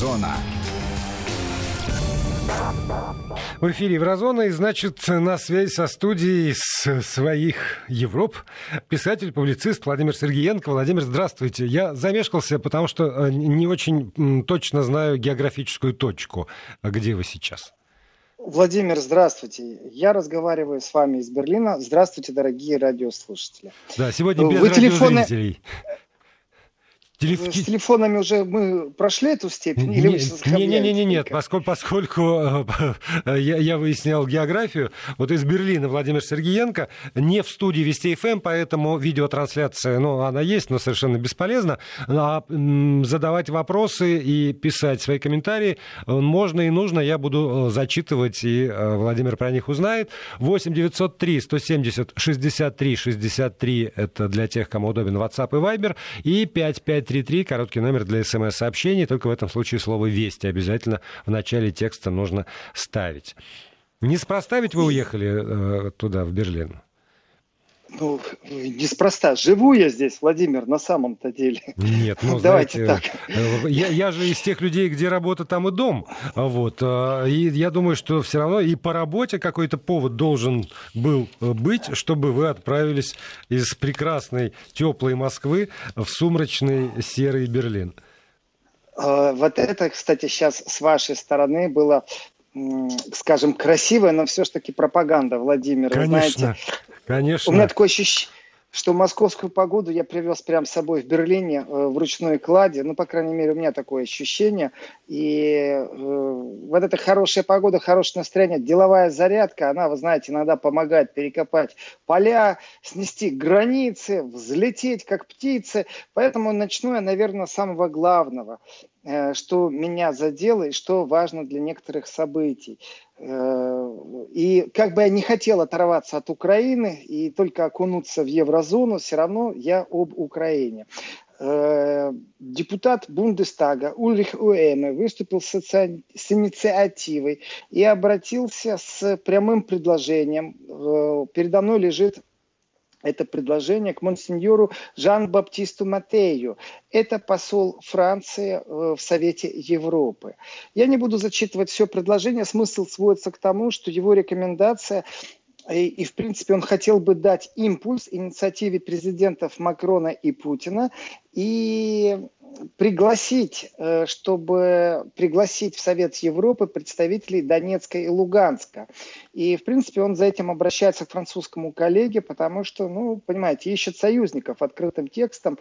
Еврозона. В эфире Еврозона, и, значит, на связи со студией своих Европ писатель-публицист Владимир Сергеенко. Владимир, здравствуйте. Я замешкался, потому что не очень точно знаю географическую точку. Где вы сейчас? Владимир, здравствуйте. Я разговариваю с вами из Берлина. Здравствуйте, дорогие радиослушатели. Да, сегодня без радиозрителей. С телефонами уже мы прошли эту степень? Или вы сейчас оскорбляете? Нет, поскольку я выяснял географию, вот из Берлина Владимир Сергеенко, не в студии Вести ФМ, поэтому видеотрансляция, она есть, но совершенно бесполезна. А задавать вопросы и писать свои комментарии можно и нужно, я буду зачитывать, и Владимир про них узнает. 8 903 170 63 63, это для тех, кому удобен WhatsApp и Viber, и 5533, короткий номер для СМС-сообщений. Только в этом случае слово «Вести» обязательно в начале текста нужно ставить. Неспроста ведь вы уехали туда, в Берлин? Неспроста. Живу я здесь, Владимир, на самом-то деле. Нет, давайте знаете, так. Я же из тех людей, где работа, там и дом. Вот. И я думаю, что все равно и по работе какой-то повод должен был быть, чтобы вы отправились из прекрасной теплой Москвы в сумрачный серый Берлин. Вот это, кстати, сейчас с вашей стороны было, скажем, красивая, но все-таки пропаганда, Владимир. Конечно. Знаете, Конечно. у меня такое ощущение, что московскую погоду я привез прямо с собой в Берлине в ручной кладе. По крайней мере, у меня такое ощущение. И вот эта хорошая погода, хорошее настроение, деловая зарядка, она, вы знаете, иногда помогает перекопать поля, снести границы, взлететь как птицы. Поэтому начну я, наверное, с самого главного, что меня задело и что важно для некоторых событий. И как бы я не хотел оторваться от Украины и только окунуться в еврозону, все равно я об Украине. Депутат Бундестага Ульрих Уэме выступил с инициативой и обратился с прямым предложением. Передо мной лежит это предложение к монсеньору Жан-Баптисту Матею. Это посол Франции в Совете Европы. Я не буду зачитывать все предложение. Смысл сводится к тому, что его рекомендация, и в принципе он хотел бы дать импульс инициативе президентов Макрона и Путина и чтобы пригласить в Совет Европы представителей Донецка и Луганска. И, в принципе, он за этим обращается к французскому коллеге, потому что, понимаете, ищет союзников открытым текстом.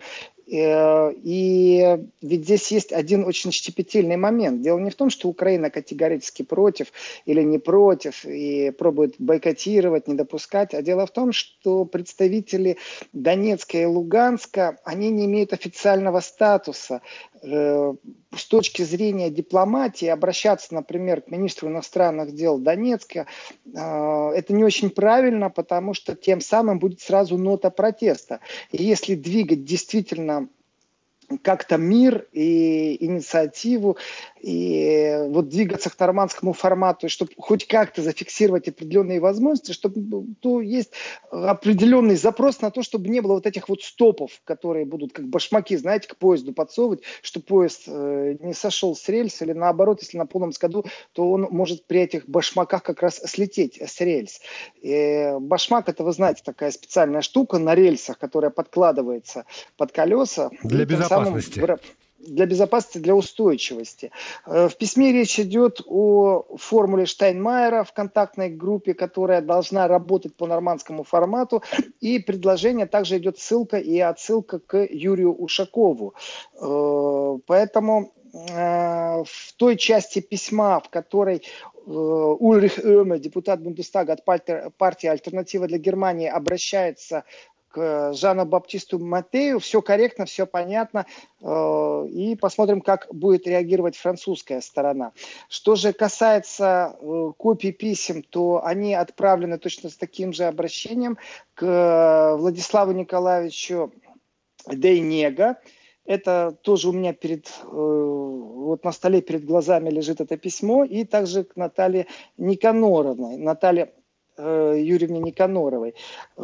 И ведь здесь есть один очень щепетильный момент. Дело не в том, что Украина категорически против или не против и пробует бойкотировать, не допускать, а дело в том, что представители Донецка и Луганска, они не имеют официального статуса. С точки зрения дипломатии обращаться, например, к министру иностранных дел Донецка, это не очень правильно, потому что тем самым будет сразу нота протеста. И если двигать действительно как-то мир и инициативу, и вот двигаться к нормандскому формату, чтобы хоть как-то зафиксировать определенные возможности, чтобы то есть определенный запрос на то, чтобы не было вот этих вот стопов, которые будут как башмаки, знаете, к поезду подсовывать, чтобы поезд не сошел с рельс, или наоборот, если на полном ходу, то он может при этих башмаках как раз слететь с рельс. И башмак, это, вы знаете, такая специальная штука на рельсах, которая подкладывается под колеса. Для безопасности. Для безопасности, для устойчивости. В письме речь идет о формуле Штайнмайера в контактной группе, которая должна работать по нормандскому формату. И предложение также идет ссылка и отсылка к Юрию Ушакову. Поэтому в той части письма, в которой Ульрих Оме, депутат Бундестага от партии «Альтернатива для Германии», обращается к Жану-Баптисту Матею, все корректно, все понятно, и посмотрим, как будет реагировать французская сторона. Что же касается копий писем, то они отправлены точно с таким же обращением к Владиславу Николаевичу Дейнега. Это тоже у меня вот на столе перед глазами лежит это письмо, и также к Наталье Никаноровне. Наталья Юрьевне Никаноровой.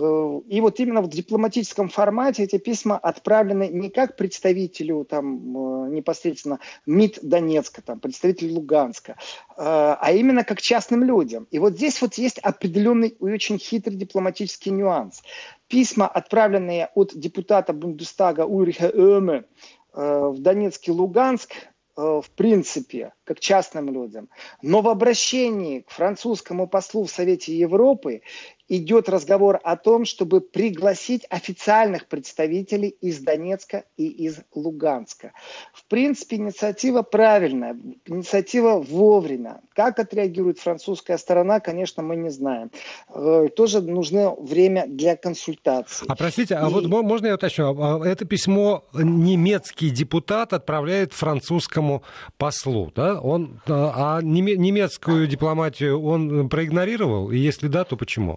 И вот именно в дипломатическом формате эти письма отправлены не как представителю там, непосредственно МИД Донецка, там, представителю Луганска, а именно как частным людям. И вот здесь вот есть определенный и очень хитрый дипломатический нюанс. Письма, отправленные от депутата Бундестага Ульриха Öme в Донецк и Луганск, в принципе, как частным людям. Но в обращении к французскому послу в Совете Европы идет разговор о том, чтобы пригласить официальных представителей из Донецка и из Луганска. В принципе, инициатива правильная, инициатива вовремя. Как отреагирует французская сторона, конечно, мы не знаем. Тоже нужно время для консультаций. А простите, а вот можно я уточню? Это письмо немецкий депутат отправляет французскому послу, да? А немецкую дипломатию он проигнорировал? И если да, то почему?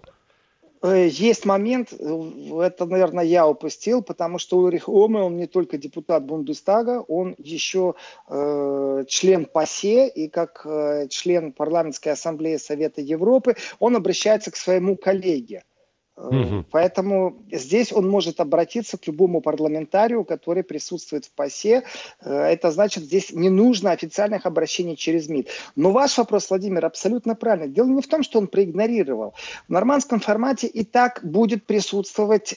Есть момент, это, наверное, я упустил, потому что Ульрих Öme, он не только депутат Бундестага, он еще член ПАСЕ, и как член парламентской ассамблеи Совета Европы он обращается к своему коллеге. Поэтому здесь он может обратиться к любому парламентарию, который присутствует в ПАСЕ. Это значит, здесь не нужно официальных обращений через МИД. Но ваш вопрос, Владимир, абсолютно правильный. Дело не в том, что он проигнорировал. В нормандском формате и так будет присутствовать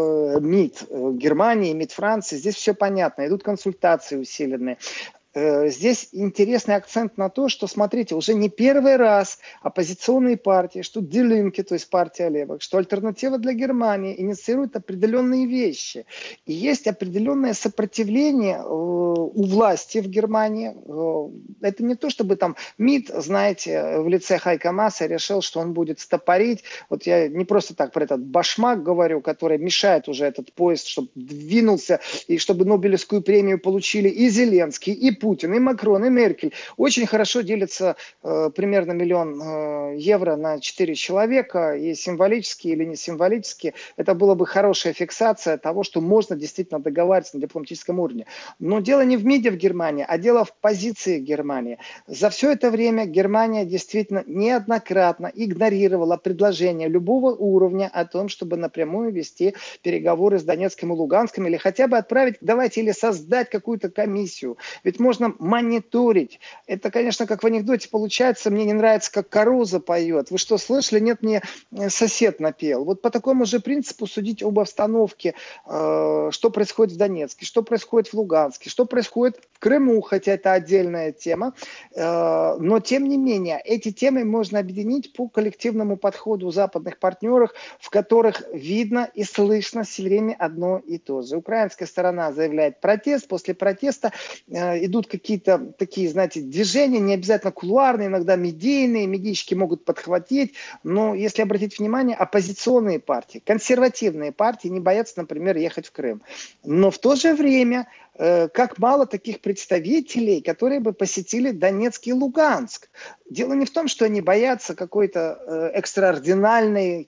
МИД Германии, МИД Франции. Здесь все понятно. Идут консультации усиленные. Здесь интересный акцент на то, что, смотрите, уже не первый раз оппозиционные партии, что Die Linke, то есть партия левых, что Альтернатива для Германии инициируют определенные вещи. И есть определенное сопротивление у власти в Германии. Это не то, чтобы там МИД, знаете, в лице Хайка Мааса решил, что он будет стопорить. Вот я не просто так про этот башмак говорю, который мешает уже этот поезд, чтобы двинулся, и чтобы Нобелевскую премию получили и Зеленский, и Путин, и Макрон, и Меркель. Очень хорошо делится примерно 1 000 000 евро на 4 человека, и символически или не символически. Это была бы хорошая фиксация того, что можно действительно договариваться на дипломатическом уровне. Но дело не в МИДе в Германии, а дело в позиции Германии. За все это время Германия действительно неоднократно игнорировала предложения любого уровня о том, чтобы напрямую вести переговоры с Донецком и Луганском, или хотя бы отправить, давайте, или создать какую-то комиссию. Ведь можно мониторить. Это, конечно, как в анекдоте получается. Мне не нравится, как Каруза поет. Вы что, слышали? Нет, мне сосед напел. Вот по такому же принципу судить об обстановке, что происходит в Донецке, что происходит в Луганске, что происходит в Крыму, хотя это отдельная тема. Но, тем не менее, эти темы можно объединить по коллективному подходу западных партнеров, в которых видно и слышно все время одно и то же. Украинская сторона заявляет протест, после протеста идут какие-то такие, знаете, движения, не обязательно кулуарные, иногда медийные, медийщики могут подхватить, но если обратить внимание, оппозиционные партии, консервативные партии не боятся, например, ехать в Крым. Но в то же время, как мало таких представителей, которые бы посетили Донецк и Луганск. Дело не в том, что они боятся какой-то экстраординарной,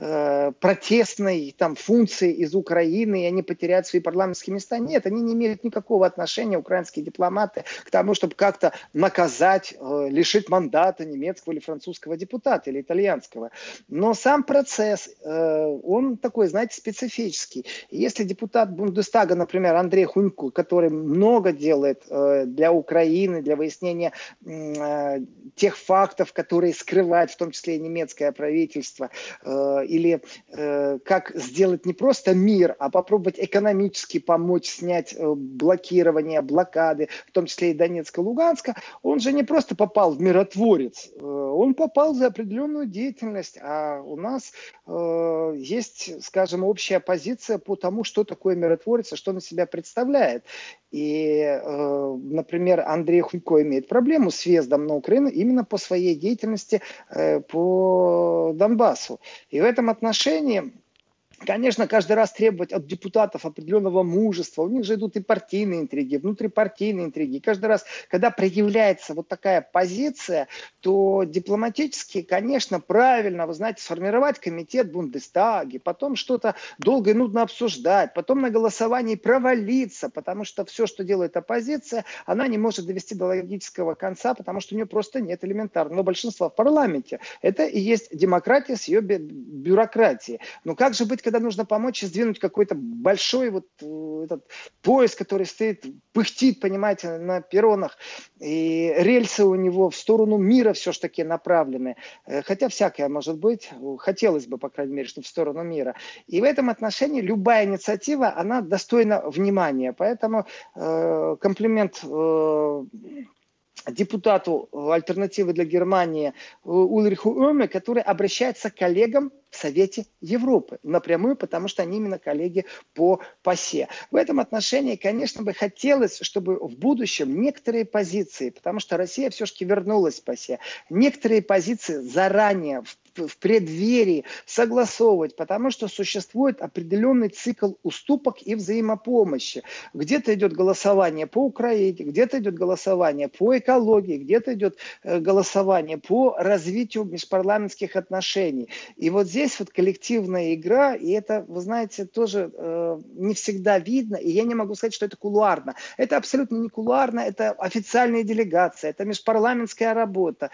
протестной там, функции из Украины, и они потеряют свои парламентские места. Нет, они не имеют никакого отношения, украинские дипломаты, к тому, чтобы как-то наказать, лишить мандата немецкого или французского депутата, или итальянского. Но сам процесс, он такой, знаете, специфический. Если депутат Бундестага, например, Андрей Хунько, который много делает для Украины, для выяснения тех фактов, которые скрывает в том числе и немецкое правительство, или как сделать не просто мир, а попробовать экономически помочь снять блокирование, блокады, в том числе и Донецка, Луганска, он же не просто попал в миротворец, он попал за определенную деятельность, а у нас есть, скажем, общая позиция по тому, что такое миротворец, и что он из себя представляет. И, например, Андрей Хунько имеет проблему с въездом на Украину именно по своей деятельности по Донбассу. И в этом отношении Конечно, каждый раз требовать от депутатов определенного мужества. У них же идут и партийные интриги, внутрипартийные интриги. И каждый раз, когда проявляется вот такая позиция, то дипломатически, конечно, правильно, вы знаете, сформировать комитет в Бундестаге, потом что-то долго и нудно обсуждать, потом на голосовании провалиться, потому что все, что делает оппозиция, она не может довести до логического конца, потому что у нее просто нет элементарного большинства в парламенте. Это и есть демократия с ее бюрократией. Но как же быть, когда нужно помочь и сдвинуть какой-то большой вот этот поезд, который стоит, пыхтит, понимаете, на перронах, и рельсы у него в сторону мира все-таки направлены. Хотя всякое может быть, хотелось бы, по крайней мере, чтобы в сторону мира. И в этом отношении любая инициатива, она достойна внимания. Поэтому комплимент депутату альтернативы для Германии Ульриху Эрме, который обращается к коллегам в Совете Европы напрямую, потому что они именно коллеги по ПАСЕ. В этом отношении, конечно, бы хотелось, чтобы в будущем некоторые позиции, потому что Россия все-таки вернулась в ПАСЕ, некоторые позиции заранее в преддверии согласовывать, потому что существует определенный цикл уступок и взаимопомощи. Где-то идет голосование по Украине, где-то идет голосование по экологии, где-то идет голосование по развитию межпарламентских отношений. И вот здесь вот коллективная игра, и это, вы знаете, тоже не всегда видно, и я не могу сказать, что это кулуарно. Это абсолютно не кулуарно, это официальная делегация, это межпарламентская работа.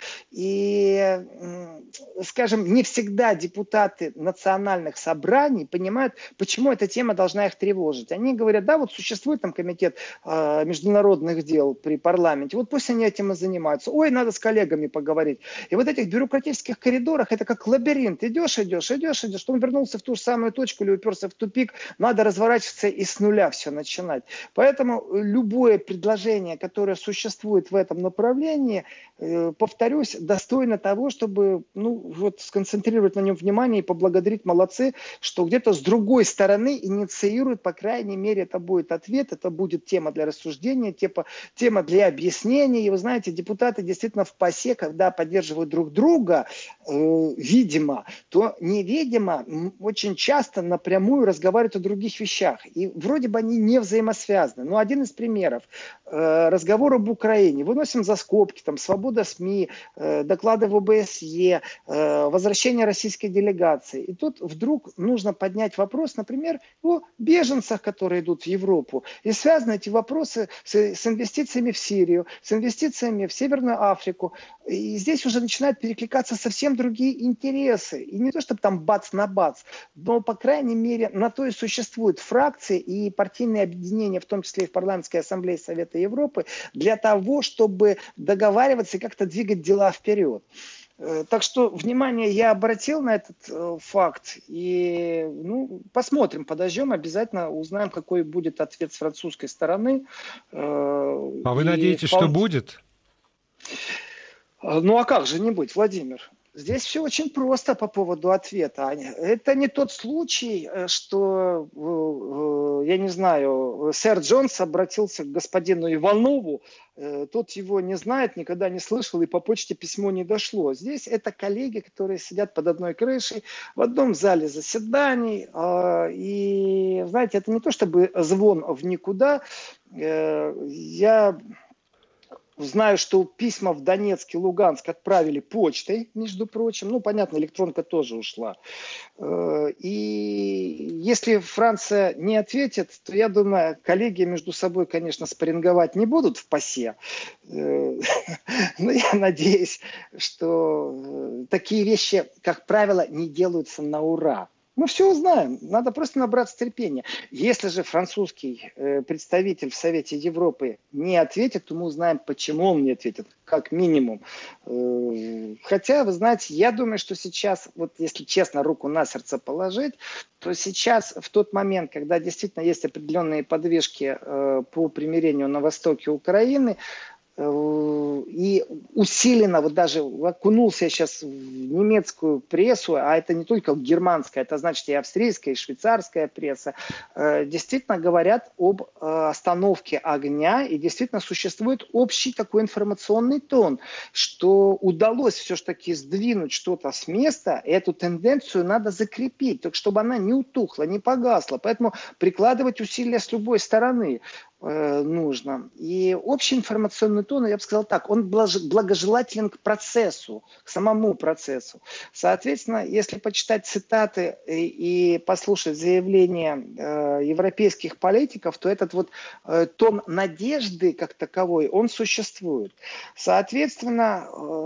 И, скажем, не всегда депутаты национальных собраний понимают, почему эта тема должна их тревожить. Они говорят, да, вот существует там комитет международных дел при парламенте, вот пусть они этим и занимаются. Ой, надо с коллегами поговорить. И вот в этих бюрократических коридорах это как лабиринт. Идешь, что он вернулся в ту же самую точку или уперся в тупик, надо разворачиваться и с нуля все начинать. Поэтому любое предложение, которое существует в этом направлении, повторюсь, достойно того, чтобы сконцентрировать на нем внимание и поблагодарить, молодцы, что где-то с другой стороны инициируют, по крайней мере, это будет ответ, это будет тема для рассуждения, тема для объяснений. И вы знаете, депутаты действительно в ПАСЕ, когда поддерживают друг друга, видимо, то невидимо очень часто напрямую разговаривают о других вещах. И вроде бы они не взаимосвязаны. Но один из примеров. Разговор об Украине. Выносим за скобки, там, свобода СМИ, доклады в ОБСЕ, возвращение российской делегации. И тут вдруг нужно поднять вопрос, например, о беженцах, которые идут в Европу. И связаны эти вопросы с инвестициями в Сирию, с инвестициями в Северную Африку. И здесь уже начинают перекликаться совсем другие интересы. И не то, чтобы там бац на бац, но, по крайней мере, на то и существуют фракции и партийные объединения, в том числе и в Парламентской ассамблее Совета Европы, для того, чтобы договариваться и как-то двигать дела вперед. Так что, внимание, я обратил на этот факт. И посмотрим, подождем, обязательно узнаем, какой будет ответ с французской стороны. А вы надеетесь, что будет? Ну а как же не быть, Владимир? Здесь все очень просто по поводу ответа. Это не тот случай, что, я не знаю, сэр Джонс обратился к господину Иванову, тот его не знает, никогда не слышал, и по почте письмо не дошло. Здесь это коллеги, которые сидят под одной крышей, в одном зале заседаний. И, знаете, это не то чтобы звон в никуда. Я знаю, что письма в Донецк и Луганск отправили почтой, между прочим. Понятно, электронка тоже ушла. И если Франция не ответит, то, я думаю, коллеги между собой, конечно, спарринговать не будут в ПАСЕ. Но я надеюсь, что такие вещи, как правило, не делаются на ура. Мы все узнаем, надо просто набраться терпения. Если же французский представитель в Совете Европы не ответит, то мы узнаем, почему он не ответит, как минимум. Хотя, вы знаете, я думаю, что сейчас, вот если честно руку на сердце положить, то сейчас, в тот момент, когда действительно есть определенные подвижки по примирению на востоке Украины, и усиленно, вот даже окунулся я сейчас в немецкую прессу, а это не только германская, это значит и австрийская, и швейцарская пресса, действительно говорят об остановке огня, и действительно существует общий такой информационный тон, что удалось все-таки сдвинуть что-то с места, и эту тенденцию надо закрепить, так чтобы она не утухла, не погасла. Поэтому прикладывать усилия с любой стороны нужно. И общий информационный тон, я бы сказал так, он благожелателен к процессу, к самому процессу. Соответственно, если почитать цитаты и послушать заявления европейских политиков, то этот вот тон надежды как таковой, он существует. Соответственно,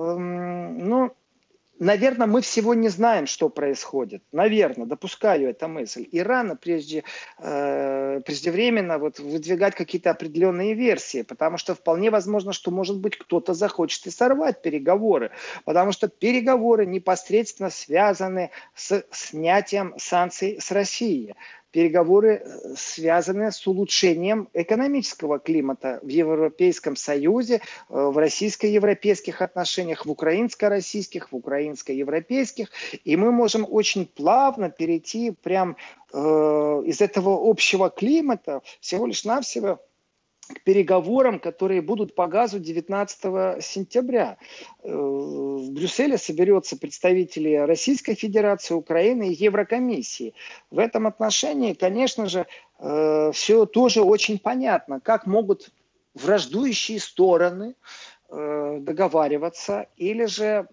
наверное, мы всего не знаем, что происходит. Наверное, допускаю эту мысль. И рано преждевременно выдвигать какие-то определенные версии, потому что вполне возможно, что, может быть, кто-то захочет и сорвать переговоры, потому что переговоры непосредственно связаны с снятием санкций с России. Переговоры связаны с улучшением экономического климата в Европейском Союзе, в российско-европейских отношениях, в украинско-российских, в украинско-европейских. И мы можем очень плавно перейти прям из этого общего климата всего лишь навсего к переговорам, которые будут по газу 19 сентября. В Брюсселе соберется представители Российской Федерации, Украины и Еврокомиссии. В этом отношении, конечно же, все тоже очень понятно, как могут враждующие стороны договариваться, или же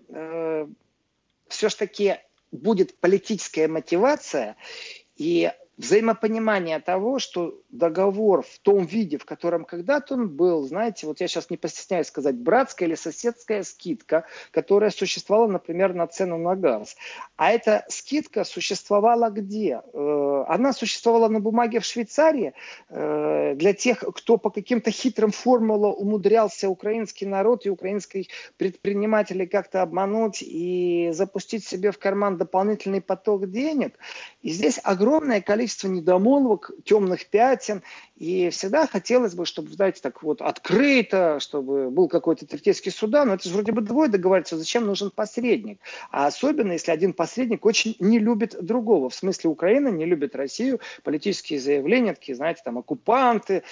все-таки будет политическая мотивация и взаимопонимание того, что договор в том виде, в котором когда-то он был, знаете, вот я сейчас не постесняюсь сказать, братская или соседская скидка, которая существовала, например, на цену на газ. А эта скидка существовала где? Она существовала на бумаге в Швейцарии для тех, кто по каким-то хитрым формулам умудрялся украинский народ и украинских предпринимателей как-то обмануть и запустить себе в карман дополнительный поток денег. И здесь огромное количество недомолвок, темных пятен. И всегда хотелось бы, чтобы, знаете, так вот открыто, чтобы был какой-то третейский суд, но это же вроде бы двое договариваются, зачем нужен посредник? А особенно, если один посредник очень не любит другого. В смысле, Украина не любит Россию, политические заявления, такие, знаете, там, оккупанты,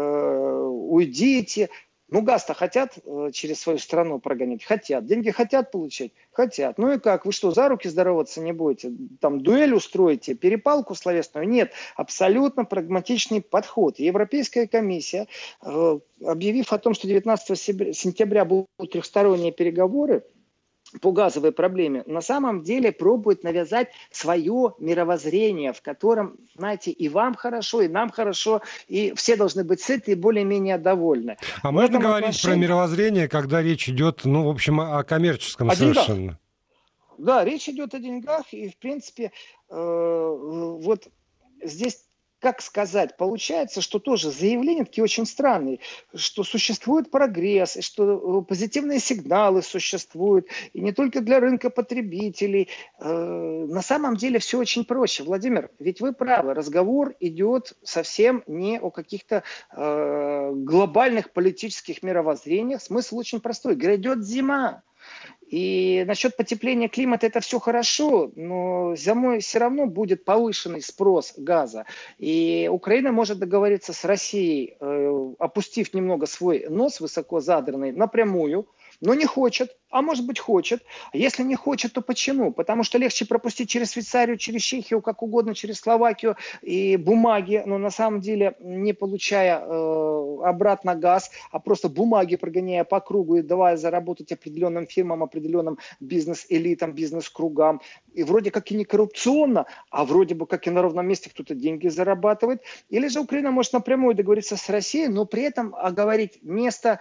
уйдите. Ну, газ-то хотят через свою страну прогонять? Хотят. Деньги хотят получать? Хотят. Ну и как? Вы что, за руки здороваться не будете? Там дуэль устроите? Перепалку словесную? Нет. Абсолютно прагматичный подход. Европейская комиссия, объявив о том, что 19 сентября будут трехсторонние переговоры по газовой проблеме, на самом деле пробует навязать свое мировоззрение, в котором, знаете, и вам хорошо, и нам хорошо, и все должны быть сыты и более-менее довольны. А можно говорить про мировоззрение, когда речь идет, ну, в общем, о коммерческом совершенно? Деньгах. Да, речь идет о деньгах, и, в принципе, вот здесь, как сказать, получается, что тоже заявления такие очень странные, что существует прогресс, что позитивные сигналы существуют, и не только для рынка потребителей. На самом деле все очень проще. Владимир, ведь вы правы, разговор идет совсем не о каких-то глобальных политических мировоззрениях. Смысл очень простой. Грядет зима. И насчет потепления климата это все хорошо, но зимой все равно будет повышенный спрос газа. И Украина может договориться с Россией, опустив немного свой нос высоко задранный напрямую, но не хочет, а может быть хочет. Если не хочет, то почему? Потому что легче пропустить через Швейцарию, через Чехию, как угодно, через Словакию и бумаги, но на самом деле не получая обратно газ, а просто бумаги прогоняя по кругу и давая заработать определенным фирмам, определенным бизнес-элитам, бизнес-кругам. И вроде как и не коррупционно, а вроде бы как и на ровном месте кто-то деньги зарабатывает. Или же Украина может напрямую договориться с Россией, но при этом оговорить место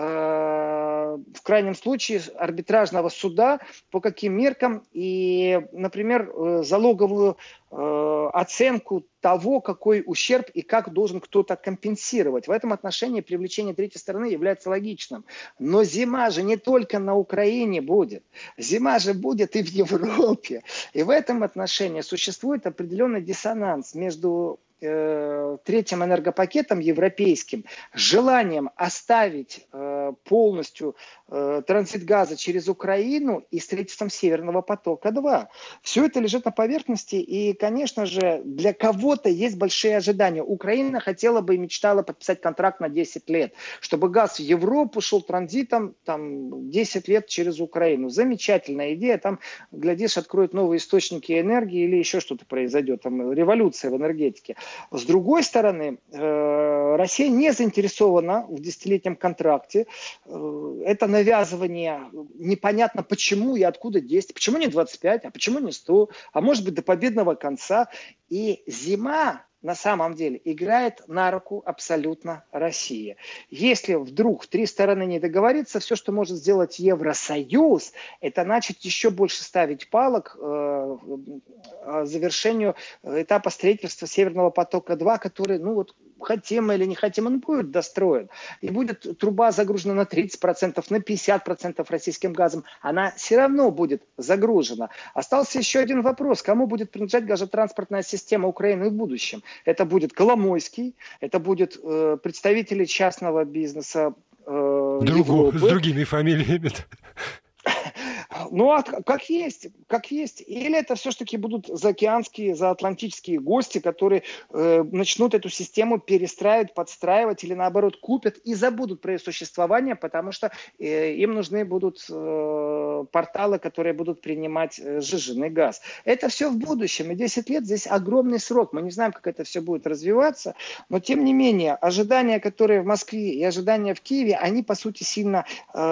в крайнем случае арбитражного суда, по каким меркам и, например, залоговую оценку того, какой ущерб и как должен кто-то компенсировать. В этом отношении привлечение третьей стороны является логичным. Но зима же не только на Украине будет. Зима же будет и в Европе. И в этом отношении существует определенный диссонанс между третьим энергопакетом европейским, желанием оставить полностью транзит газа через Украину и строительством Северного потока-2. Все это лежит на поверхности, и, конечно же, для кого-то есть большие ожидания. Украина хотела бы и мечтала подписать контракт на 10 лет, чтобы газ в Европу шел транзитом 10 лет через Украину. Замечательная идея. Там, глядишь, откроют новые источники энергии или еще что-то произойдет. Там революция в энергетике. С другой стороны, Россия не заинтересована в десятилетнем контракте. Это навязывание непонятно почему и откуда 10. Почему не 25, а почему не 100? А может быть до победного конца. И зима на самом деле играет на руку абсолютно России. Если вдруг три стороны не договорятся, все, что может сделать Евросоюз, это начать еще больше ставить палок завершению этапа строительства Северного потока-2, который, хотим или не хотим, он будет достроен. И будет труба загружена на 30%, на 50% российским газом. Она все равно будет загружена. Остался еще один вопрос. Кому будет принадлежать газотранспортная система Украины в будущем? Это будет Коломойский, это будут представители частного бизнеса Европы. С другими фамилиями. Как есть. Или это все-таки будут заокеанские, заатлантические гости, которые начнут эту систему перестраивать, подстраивать или наоборот купят и забудут про ее существование, потому что им нужны будут порталы, которые будут принимать сжиженный газ. Это все в будущем. И 10 лет здесь огромный срок. Мы не знаем, как это все будет развиваться, но тем не менее ожидания, которые в Москве и ожидания в Киеве, они по сути сильно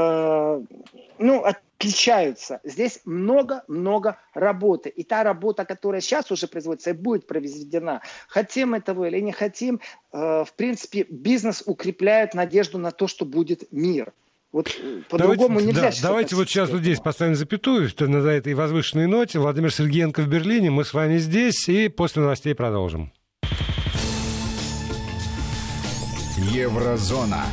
отличаются. Здесь много работы. И та работа, которая сейчас уже производится и будет произведена, хотим этого или не хотим, в принципе, бизнес укрепляет надежду на то, что будет мир. По-другому нельзя. Давайте сейчас здесь поставим запятую на этой возвышенной ноте. Владимир Сергеенко в Берлине. Мы с вами здесь и после новостей продолжим. Еврозона.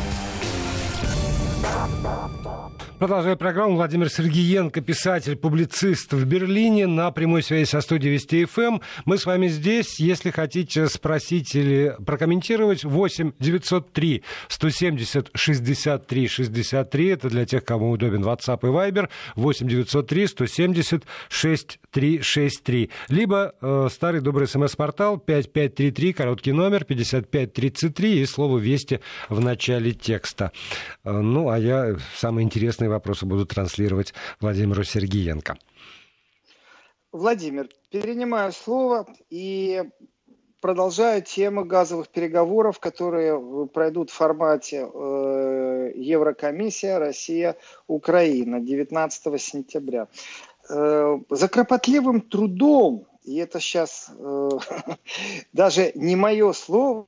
Продолжаю программу. Владимир Сергеенко, писатель, публицист в Берлине, на прямой связи со студией Вести ФМ. Мы с вами здесь. Если хотите спросить или прокомментировать, 8 903 170 63 63. Это для тех, кому удобен WhatsApp и Viber. 8 903 170 6363. Либо старый добрый СМС-портал 5533, короткий номер 5533 и слово «Вести» в начале текста. А я самые интересные вопросы буду транслировать Владимиру Сергеенко. Владимир, перенимаю слово и продолжаю тему газовых переговоров, которые пройдут в формате Еврокомиссия, Россия, Украина 19 сентября. За кропотливым трудом, и это сейчас даже не мое слово,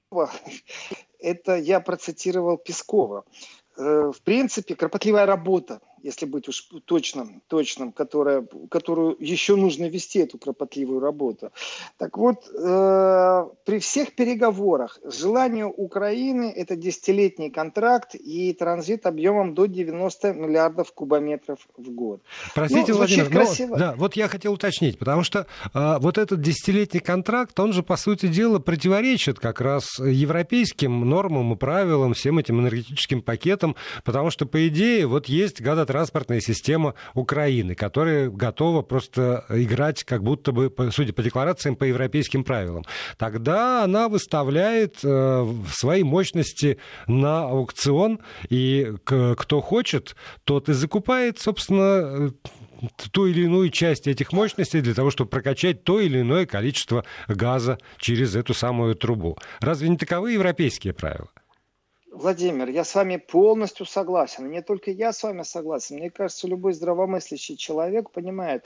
это я процитировал Пескова. В принципе, кропотливая работа, если быть уж точным, которую еще нужно вести, эту кропотливую работу. Так вот, при всех переговорах желание Украины – это 10-летний контракт и транзит объемом до 90 миллиардов кубометров в год. Простите, Владимир, я хотел уточнить, потому что вот этот 10-летний контракт, он же, по сути дела, противоречит как раз европейским нормам и правилам, всем этим энергетическим пакетам, потому что, по идее, есть газотранспортная система Украины, которая готова просто играть как будто бы, судя по декларациям, по европейским правилам. Тогда она выставляет свои мощности на аукцион, и кто хочет, тот и закупает, собственно, ту или иную часть этих мощностей для того, чтобы прокачать то или иное количество газа через эту самую трубу. Разве не таковы европейские правила? Владимир, я с вами полностью согласен. Не только я с вами согласен. Мне кажется, любой здравомыслящий человек понимает,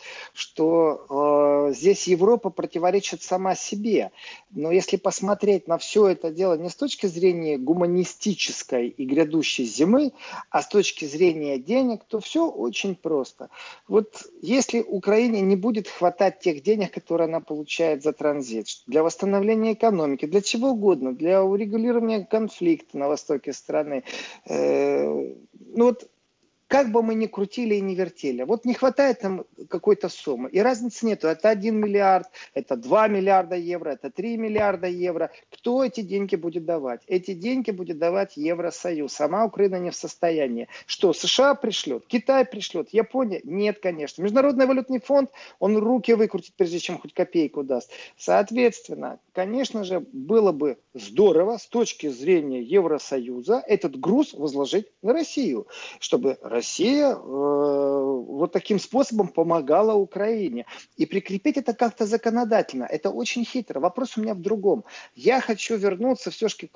что здесь Европа противоречит сама себе. Но если посмотреть на все это дело не с точки зрения гуманистической и грядущей зимы, а с точки зрения денег, то все очень просто. Если Украине не будет хватать тех денег, которые она получает за транзит, для восстановления экономики, для чего угодно, для урегулирования конфликта на востоке страны. как бы мы ни крутили и ни вертели, вот не хватает нам какой-то суммы, и разницы нету, это 1 миллиард, это 2 миллиарда евро, это 3 миллиарда евро, кто эти деньги будет давать? Эти деньги будет давать Евросоюз, сама Украина не в состоянии. Что, США пришлет, Китай пришлет, Япония? Нет, конечно. Международный валютный фонд, он руки выкрутит, прежде чем хоть копейку даст. Соответственно, конечно же, было бы здорово с точки зрения Евросоюза этот груз возложить на Россию, чтобы Россия вот таким способом помогала Украине. И прикрепить это как-то законодательно. Это очень хитро. Вопрос у меня в другом. Я хочу вернуться все-таки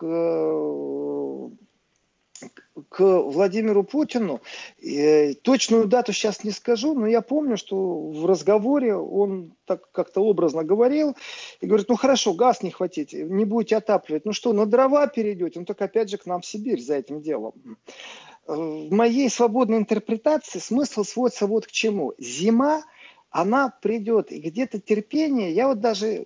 к Владимиру Путину. Точную дату сейчас не скажу, но я помню, что в разговоре он так как-то образно говорил и говорит, ну хорошо, газ не хватите, не будете отапливать, ну что, на дрова перейдете, ну так опять же к нам в Сибирь за этим делом. В моей свободной интерпретации смысл сводится вот к чему. Зима, она придет, и где-то терпение, я вот даже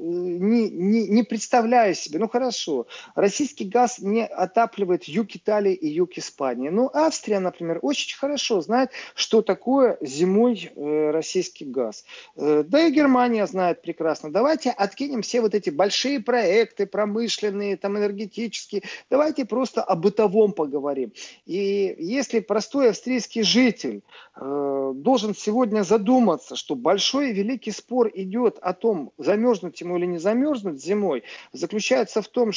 не представляю себе, ну хорошо, российский газ не отапливает юг Италии и юг Испании, но Австрия, например, очень хорошо знает, что такое зимой российский газ. Да и Германия знает прекрасно. Давайте откинем все вот эти большие проекты промышленные, там энергетические, давайте просто о бытовом поговорим. И если простой австрийский житель должен сегодня задуматься, что большой и великий спор идет о том, замерзнуть ему или не замерзнуть зимой, заключается в том,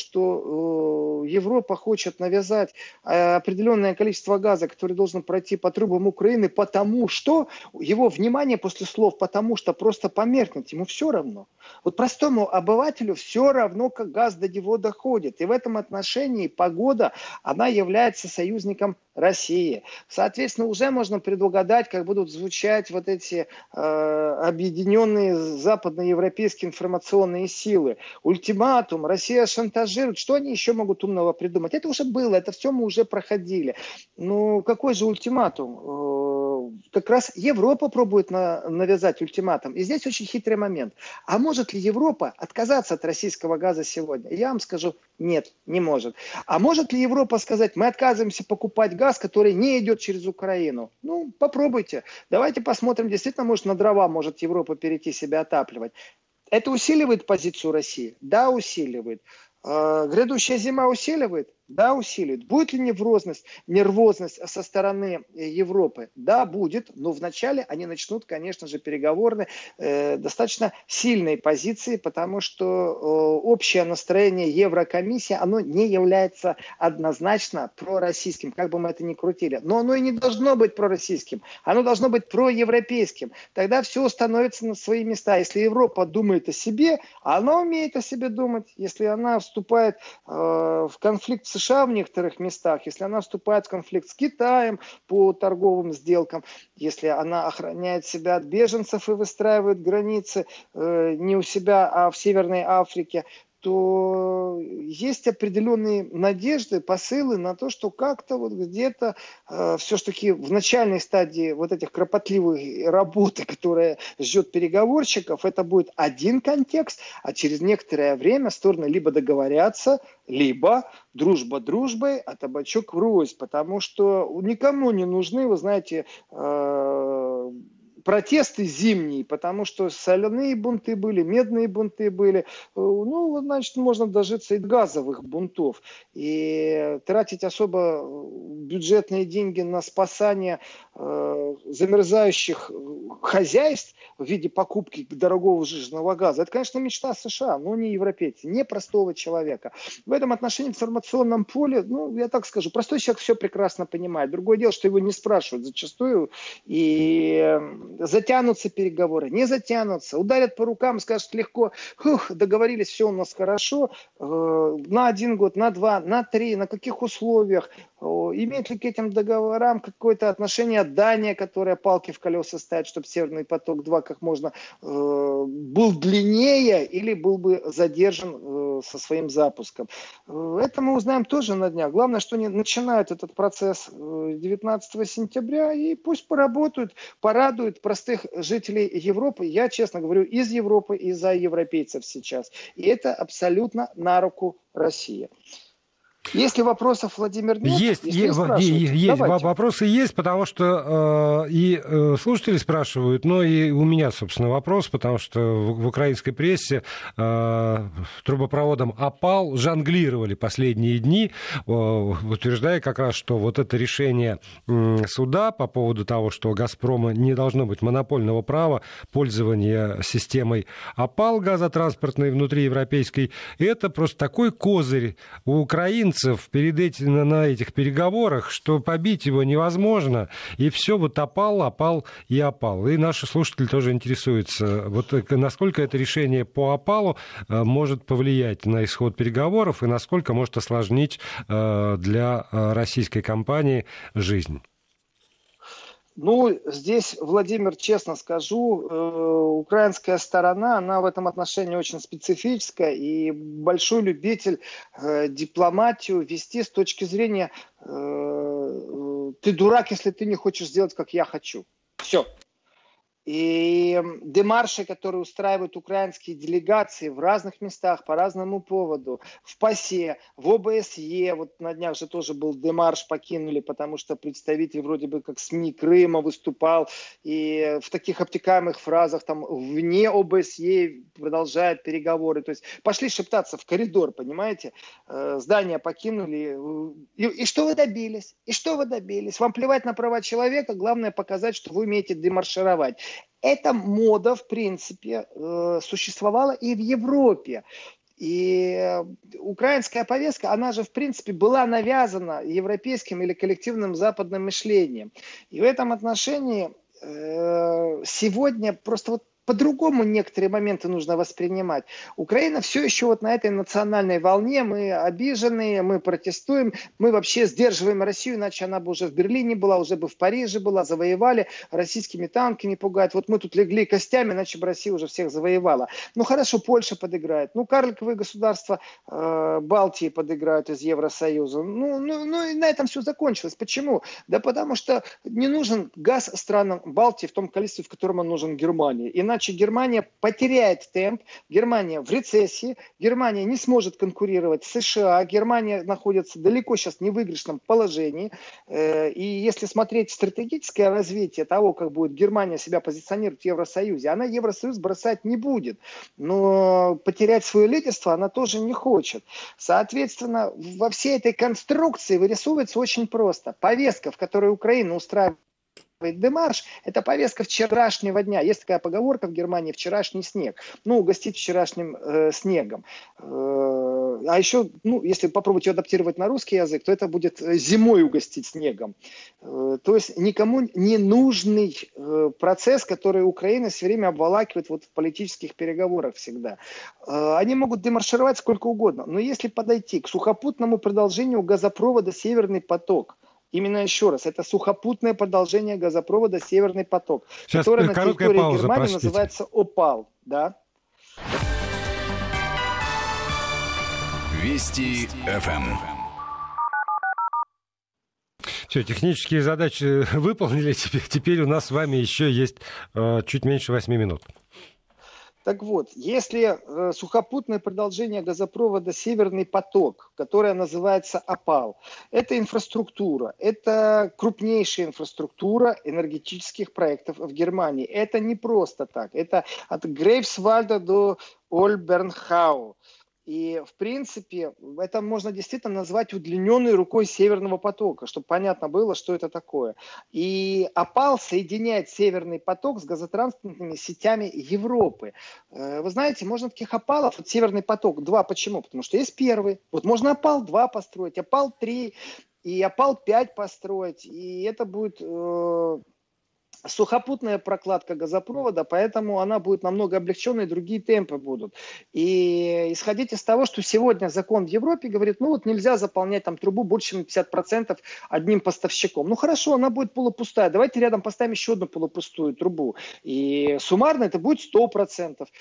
что Европа хочет навязать определенное количество газа, который должен пройти по трубам Украины, потому что его внимание после слов «потому что» просто померкнет, ему все равно. Вот простому обывателю все равно, как газ до него доходит. И в этом отношении погода, она является союзником России. Соответственно, уже можно предугадать, как будут звучать вот эти объединенные западноевропейские информационные силы. Ультиматум, Россия шантажирует. Что они еще могут умного придумать? Это уже было, это все мы уже проходили. Ну, какой же ультиматум? Как раз Европа пробует навязать ультиматум. И здесь очень хитрый момент. А может ли Европа отказаться от российского газа сегодня? Я вам скажу, нет, не может. А может ли Европа сказать, мы отказываемся покупать газ, который не идет через Украину? Ну, попробуйте. Давайте посмотрим, действительно, может, на дрова может Европа перейти себя отапливать. Это усиливает позицию России? Да, усиливает. Грядущая зима усиливает? Да, усиливает. Будет ли нервозность со стороны Европы? Да, будет, но вначале они начнут, конечно же, переговорные достаточно сильной позиции, потому что общее настроение Еврокомиссии, оно не является однозначно пророссийским, как бы мы это ни крутили. Но оно и не должно быть пророссийским, оно должно быть проевропейским. Тогда все становится на свои места. Если Европа думает о себе, она умеет о себе думать. Если она вступает в конфликт с США в некоторых местах, если она вступает в конфликт с Китаем по торговым сделкам, если она охраняет себя от беженцев и выстраивает границы не у себя, а в Северной Африке, то есть определенные надежды, посылы на то, что как-то вот где-то все-таки в начальной стадии вот этих кропотливой работы, которая ждет переговорщиков, это будет один контекст, а через некоторое время стороны либо договорятся, либо дружба дружбой, а табачок врозь, потому что никому не нужны, вы знаете, протесты зимние, потому что соляные бунты были, медные бунты были. Ну, значит, можно дожиться и до газовых бунтов. И тратить особо бюджетные деньги на спасание замерзающих хозяйств в виде покупки дорогого сжиженного газа, это, конечно, мечта США, но не европейца, не простого человека. В этом отношении в информационном поле, ну, я так скажу, простой человек все прекрасно понимает. Другое дело, что его не спрашивают зачастую, и затянутся переговоры, не затянутся, ударят по рукам, скажут легко, договорились, все у нас хорошо, на 1 год, на 2, на 3, на каких условиях, имеет ли к этим договорам какое-то отношение Дания, которая палки в колеса ставит, чтобы Северный поток-2 как можно был длиннее или был бы задержан со своим запуском. Это мы узнаем тоже на днях. Главное, что они начинают этот процесс 19 сентября и пусть поработают, порадуют простых жителей Европы. Я, честно говорю, из Европы и за европейцев сейчас. И это абсолютно на руку России. Если вопросов, Владимир, нет, вопросы есть, потому что слушатели спрашивают, но и у меня, собственно, вопрос, потому что в украинской прессе трубопроводом «Опал» жонглировали последние дни, утверждая как раз, что вот это решение суда по поводу того, что у «Газпрома» не должно быть монопольного права пользования системой «Опал» газотранспортной внутриевропейской, это просто такой козырь у украинцев перед этим, на этих переговорах, что побить его невозможно, и все вот опал. И наши слушатели тоже интересуются, вот насколько это решение по опалу может повлиять на исход переговоров и насколько может осложнить для российской компании жизнь. Ну, здесь, Владимир, честно скажу, украинская сторона, она в этом отношении очень специфическая и большой любитель дипломатию вести с точки зрения «ты дурак, если ты не хочешь сделать, как я хочу». Все. И демарши, которые устраивают украинские делегации в разных местах по разному поводу, в ПАСЕ, в ОБСЕ, вот на днях же тоже был демарш, покинули, потому что представитель вроде бы как СМИ Крыма выступал, и в таких обтекаемых фразах там вне ОБСЕ продолжают переговоры, то есть пошли шептаться в коридор, понимаете, здание покинули, и что вы добились? И что вы добились? Вам плевать на права человека, главное показать, что вы умеете демаршировать. Эта мода, в принципе, существовала и в Европе. И украинская повестка, она же, в принципе, была навязана европейским или коллективным западным мышлением. И в этом отношении сегодня просто вот по-другому некоторые моменты нужно воспринимать. Украина все еще вот на этой национальной волне, мы обиженные, мы протестуем, мы вообще сдерживаем Россию, иначе она бы уже в Берлине была, уже бы в Париже была, завоевали, российскими танками пугают. Вот мы тут легли костями, иначе бы Россия уже всех завоевала. Ну хорошо, Польша подыграет, ну карликовые государства Балтии подыграют из Евросоюза. Ну и на этом все закончилось. Почему? Да потому что не нужен газ странам Балтии в том количестве, в котором он нужен Германии. Иначе Германия потеряет темп, Германия в рецессии, Германия не сможет конкурировать с США, Германия находится далеко сейчас в невыигрышном положении. И если смотреть стратегическое развитие того, как будет Германия себя позиционировать в Евросоюзе, она Евросоюз бросать не будет. Но потерять свое лидерство она тоже не хочет. Соответственно, во всей этой конструкции вырисовывается очень просто. Повестка, в которой Украина устраивает демарш, это повестка вчерашнего дня. Есть такая поговорка в Германии: вчерашний снег. Ну, угостить вчерашним снегом. А еще, если попробовать ее адаптировать на русский язык, то это будет зимой угостить снегом. То есть никому не нужный процесс, который Украина все время обволакивает вот в политических переговорах всегда. Они могут демаршировать сколько угодно, но если подойти к сухопутному продолжению газопровода «Северный поток», именно еще раз, это сухопутное продолжение газопровода «Северный поток», сейчас который на территории пауза, Германии простите. называется «Опал». Да? Вести ФМ. Все, технические задачи выполнили. Теперь у нас с вами еще есть чуть меньше 8 минут. Так вот, если сухопутное продолжение газопровода «Северный поток», которое называется «Опал», это инфраструктура, это крупнейшая инфраструктура энергетических проектов в Германии. Это не просто так, это от Грейфсвальда до Ольбернхау. И, в принципе, это можно действительно назвать удлиненной рукой Северного потока, чтобы понятно было, что это такое. И Опал соединяет Северный поток с газотранспортными сетями Европы. Вы знаете, можно таких Опалов, вот Северный поток 2, почему? Потому что есть первый. Вот можно Опал 2 построить, Опал 3 и Опал 5 построить. И это будет сухопутная прокладка газопровода, поэтому она будет намного облегченной, другие темпы будут. И исходить из того, что сегодня закон в Европе говорит, нельзя заполнять там трубу больше, чем 50% одним поставщиком. Ну хорошо, она будет полупустая, давайте рядом поставим еще одну полупустую трубу. И суммарно это будет 100%.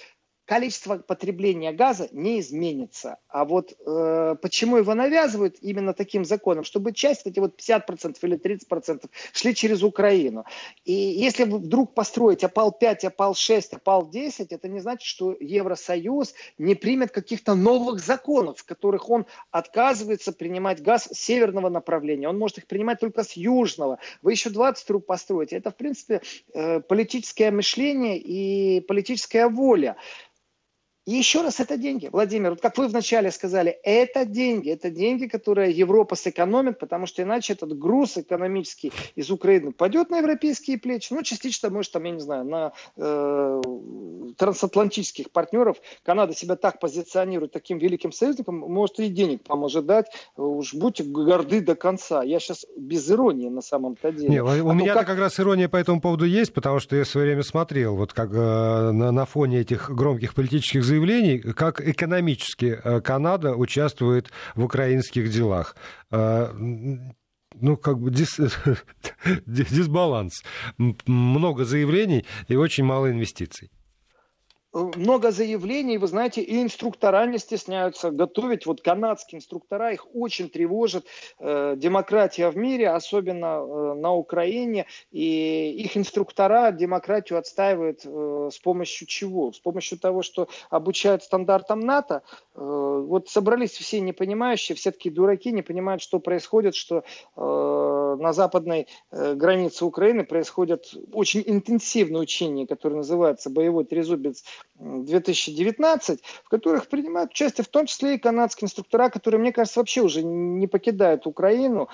количество потребления газа не изменится. А вот почему его навязывают именно таким законом? Чтобы часть, эти вот 50% или 30% шли через Украину. И если вы вдруг построите ОПАЛ-5, ОПАЛ-6, ОПАЛ-10, это не значит, что Евросоюз не примет каких-то новых законов, в которых он отказывается принимать газ с северного направления. Он может их принимать только с южного. Вы еще 20 труб построите. Это, в принципе, политическое мышление и политическая воля. И еще раз, это деньги, Владимир, вот как вы вначале сказали, это деньги, которые Европа сэкономит, потому что иначе этот груз экономический из Украины пойдет на европейские плечи, ну, частично, может, там, я не знаю, на трансатлантических партнеров. Канада себя так позиционирует таким великим союзником, может, и денег поможет дать, уж будьте горды до конца. Я сейчас без иронии на самом-то деле. Не, у меня как раз ирония по этому поводу есть, потому что я в свое время смотрел, вот как на фоне этих громких политических заявлений, как экономически Канада участвует в украинских делах. Ну, как бы дисбаланс. Много заявлений и очень мало инвестиций. Много заявлений, вы знаете, и инструктора не стесняются готовить. Вот канадские инструктора, их очень тревожит демократия в мире, особенно на Украине. И их инструктора демократию отстаивают с помощью чего? С помощью того, что обучают стандартам НАТО. Вот собрались все непонимающие, все такие дураки, не понимают, что происходит, что на западной границе Украины происходят очень интенсивные учения, которые называются «Боевой трезубец 2019, в которых принимают участие в том числе и канадские инструктора, которые, мне кажется, вообще уже не покидают Украину,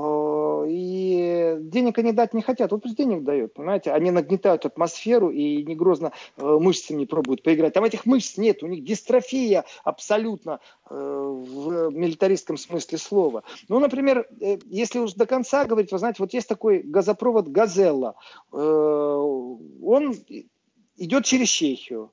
и денег они дать не хотят. Вот пусть денег дают, понимаете, они нагнетают атмосферу и не грозно мышцами пробуют поиграть. Там этих мышц нет, у них дистрофия абсолютно в милитаристском смысле слова. Ну, например, если уж до конца говорить, вы знаете, вот есть такой газопровод «Газелла», он идет через Чехию.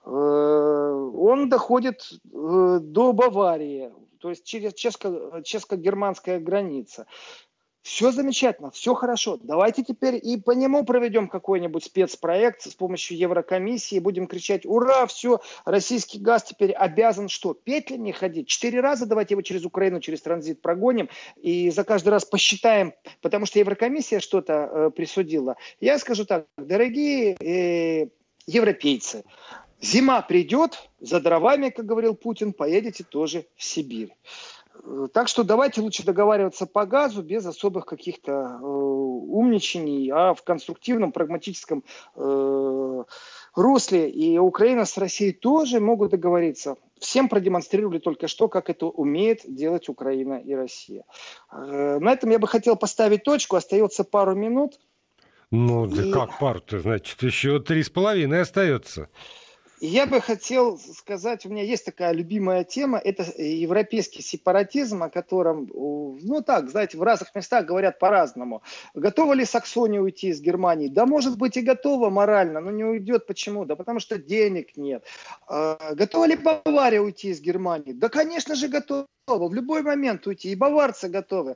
Он доходит до Баварии, то есть через чешско-германская граница. Все замечательно, все хорошо. Давайте теперь и по нему проведем какой-нибудь спецпроект с помощью Еврокомиссии. Будем кричать: ура, все, российский газ теперь обязан что? Петлями ходить? 4 раза давайте его через Украину, через транзит прогоним и за каждый раз посчитаем, потому что Еврокомиссия что-то присудила. Я скажу так, дорогие европейцы, зима придет, за дровами, как говорил Путин, поедете тоже в Сибирь. Так что давайте лучше договариваться по газу без особых каких-то умничаний, а в конструктивном, прагматическом русле. И Украина с Россией тоже могут договориться. Всем продемонстрировали только что, как это умеет делать Украина и Россия. На этом я бы хотел поставить точку. Остается пару минут. Ну, да как пару-то? Значит, еще 3,5 остается. Я бы хотел сказать, у меня есть такая любимая тема, это европейский сепаратизм, о котором, ну так, знаете, в разных местах говорят по-разному. Готова ли Саксония уйти из Германии? Да, может быть, и готова морально, но не уйдет. Почему? Да потому что денег нет. Готова ли Бавария уйти из Германии? Да, конечно же, готова. В любой момент уйти. И баварцы готовы.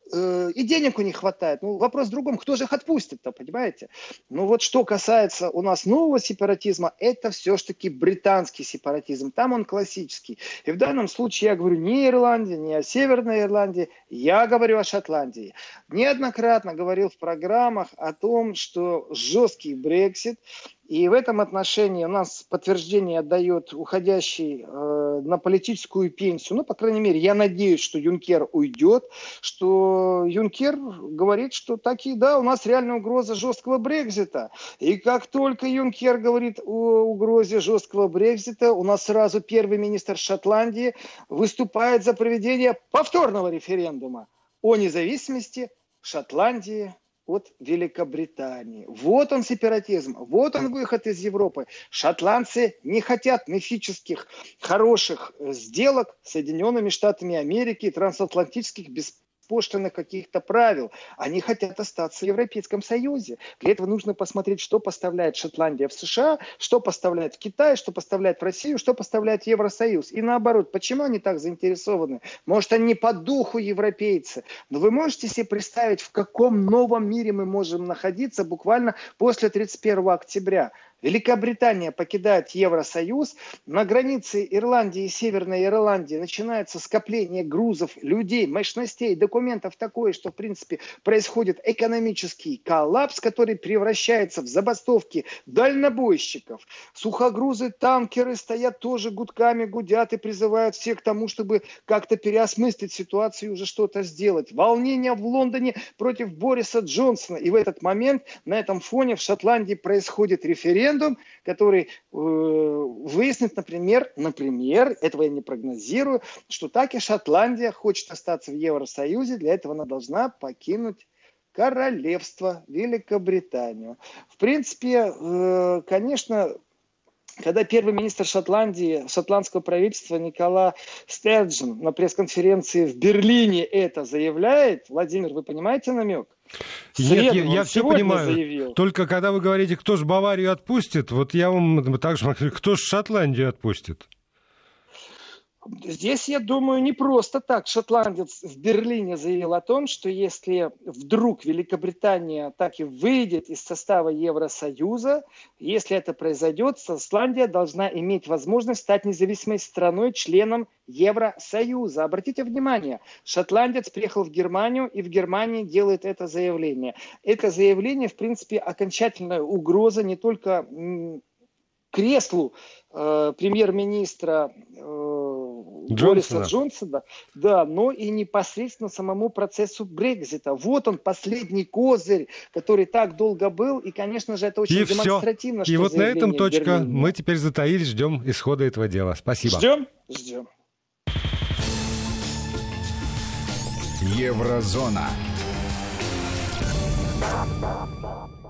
И денег у них хватает. Ну, вопрос в другом, кто же их отпустит-то, понимаете? Ну, вот что касается у нас нового сепаратизма, это все-таки британский сепаратизм. Там он классический. И в данном случае я говорю не о Ирландии, не о Северной Ирландии, я говорю о Шотландии. Неоднократно говорил в программах о том, что жесткий Брексит, и в этом отношении у нас подтверждение отдает уходящий на политическую пенсию. Ну, по крайней мере, я надеюсь, что Юнкер уйдет, что Юнкер говорит, что таки, да, у нас реальная угроза жесткого Брексита. И как только Юнкер говорит о угрозе жесткого Брексита, у нас сразу первый министр Шотландии выступает за проведение повторного референдума о независимости Шотландии от Великобритании. Вот он сепаратизм, вот он выход из Европы. Шотландцы не хотят мифических, хороших сделок с Соединенными Штатами Америки и трансатлантических беспошлинных каких-то правил. Они хотят остаться в Европейском Союзе. Для этого нужно посмотреть, что поставляет Шотландия в США, что поставляет в Китай, что поставляет в Россию, что поставляет Евросоюз. И наоборот, почему они так заинтересованы? Может, они по духу европейцы. Но вы можете себе представить, в каком новом мире мы можем находиться буквально после 31 октября? Великобритания покидает Евросоюз, на границе Ирландии и Северной Ирландии начинается скопление грузов, людей, мощностей, документов такое, что в принципе происходит экономический коллапс, который превращается в забастовки дальнобойщиков. Сухогрузы, танкеры стоят тоже гудками, гудят и призывают всех к тому, чтобы как-то переосмыслить ситуацию и уже что-то сделать. Волнение в Лондоне против Бориса Джонсона. И в этот момент на этом фоне в Шотландии происходит референдум, который выяснит, например, этого я не прогнозирую, что так и Шотландия хочет остаться в Евросоюзе, для этого она должна покинуть королевство Великобританию. В принципе, конечно, когда первый министр Шотландии, шотландского правительства Никола Стерджен на пресс-конференции в Берлине это заявляет, Владимир, вы понимаете намек? Нет, я все понимаю. Заявил. Только когда вы говорите, кто ж Баварию отпустит, вот я вам также говорю, кто ж Шотландию отпустит? Здесь, я думаю, не просто так. Шотландец в Берлине заявил о том, что если вдруг Великобритания так и выйдет из состава Евросоюза, если это произойдет, Шотландия должна иметь возможность стать независимой страной, членом Евросоюза. Обратите внимание, шотландец приехал в Германию и в Германии делает это заявление. Это заявление, в принципе, окончательная угроза не только креслу премьер-министра Бориса Джонсона, да, но и непосредственно самому процессу Брексита. Вот он, последний козырь, который так долго был, и, конечно же, это очень демонстративно. И вот на этом точка. Мы теперь затаились, ждем исхода этого дела. Спасибо. Ждем. Еврозона.